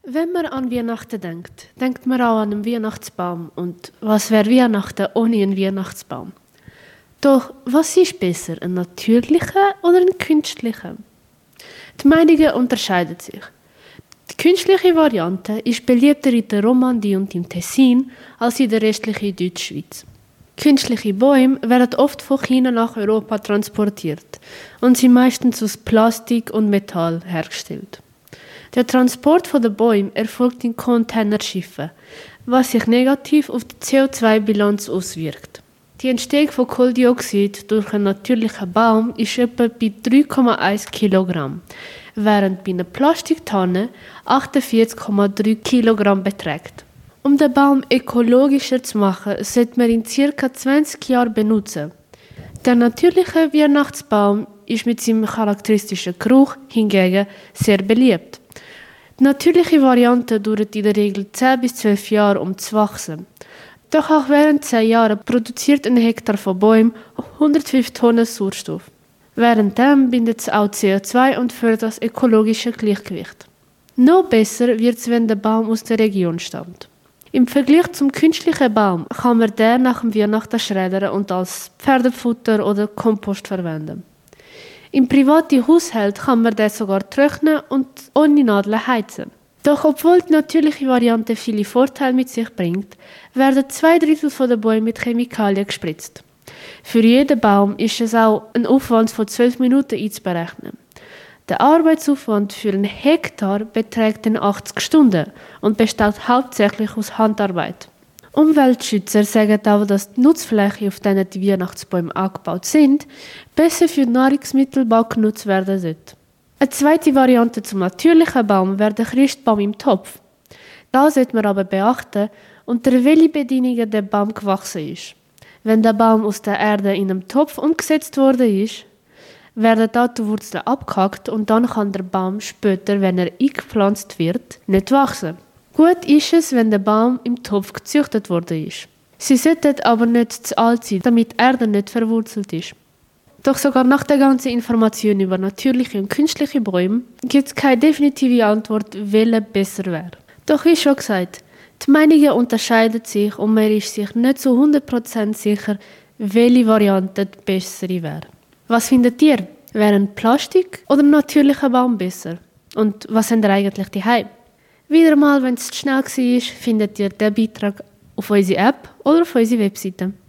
Wenn man an Weihnachten denkt, denkt man auch an einen Weihnachtsbaum. Und was wäre Weihnachten ohne einen Weihnachtsbaum? Doch was ist besser, ein natürlicher oder ein künstlicher? Die Meinungen unterscheiden sich. Die künstliche Variante ist beliebter in der Romandie und im Tessin als in der restlichen Deutschschweiz. Künstliche Bäume werden oft von China nach Europa transportiert und sind meistens aus Plastik und Metall hergestellt. Der Transport der Bäume erfolgt in Containerschiffen, was sich negativ auf die CO2-Bilanz auswirkt. Die Entstehung von Kohlendioxid durch einen natürlichen Baum ist etwa bei 3,1 Kilogramm, während bei einer Plastiktonne 48,3 Kilogramm beträgt. Um den Baum ökologischer zu machen, sollte man ihn ca. 20 Jahre benutzen. Der natürliche Weihnachtsbaum ist mit seinem charakteristischen Geruch hingegen sehr beliebt. Die natürliche Variante dauert in der Regel 10 bis 12 Jahre, um zu wachsen. Doch auch während 10 Jahren produziert ein Hektar von Bäumen 105 Tonnen Sauerstoff. Währenddem bindet es auch CO2 und fördert das ökologische Gleichgewicht. Noch besser wird es, wenn der Baum aus der Region stammt. Im Vergleich zum künstlichen Baum kann man den nach dem Weihnachten schreddern und als Pferdefutter oder Kompost verwenden. Im privaten Haushalt kann man den sogar trocknen und ohne Nadeln heizen. Doch obwohl die natürliche Variante viele Vorteile mit sich bringt, werden 2/3 der Bäume mit Chemikalien gespritzt. Für jeden Baum ist es auch ein Aufwand von 12 Minuten einzuberechnen. Der Arbeitsaufwand für einen Hektar beträgt dann 80 Stunden und besteht hauptsächlich aus Handarbeit. Umweltschützer sagen auch, dass die Nutzfläche, auf denen die Weihnachtsbäume angebaut sind, besser für Nahrungsmittelbau genutzt werden sollte. Eine zweite Variante zum natürlichen Baum wäre der Christbaum im Topf. Da sollte man aber beachten, unter welchen Bedingungen der Baum gewachsen ist. Wenn der Baum aus der Erde in einem Topf umgesetzt worden ist, werden dort die Wurzeln abgehackt und dann kann der Baum später, wenn er eingepflanzt wird, nicht wachsen. Gut ist es, wenn der Baum im Topf gezüchtet worden ist. Sie sollten aber nicht zu alt sein, damit die Erde nicht verwurzelt ist. Doch sogar nach der ganzen Information über natürliche und künstliche Bäume gibt es keine definitive Antwort, welche besser wäre. Doch wie schon gesagt, die Meinungen unterscheiden sich und man ist sich nicht zu 100% sicher, welche Variante die bessere wäre. Was findet ihr? Wäre ein Plastik oder ein natürlicher Baum besser? Und was habt ihr eigentlich daheim? Wieder mal, wenn es zu schnell war, findet ihr den Beitrag auf unserer App oder auf unserer Webseite.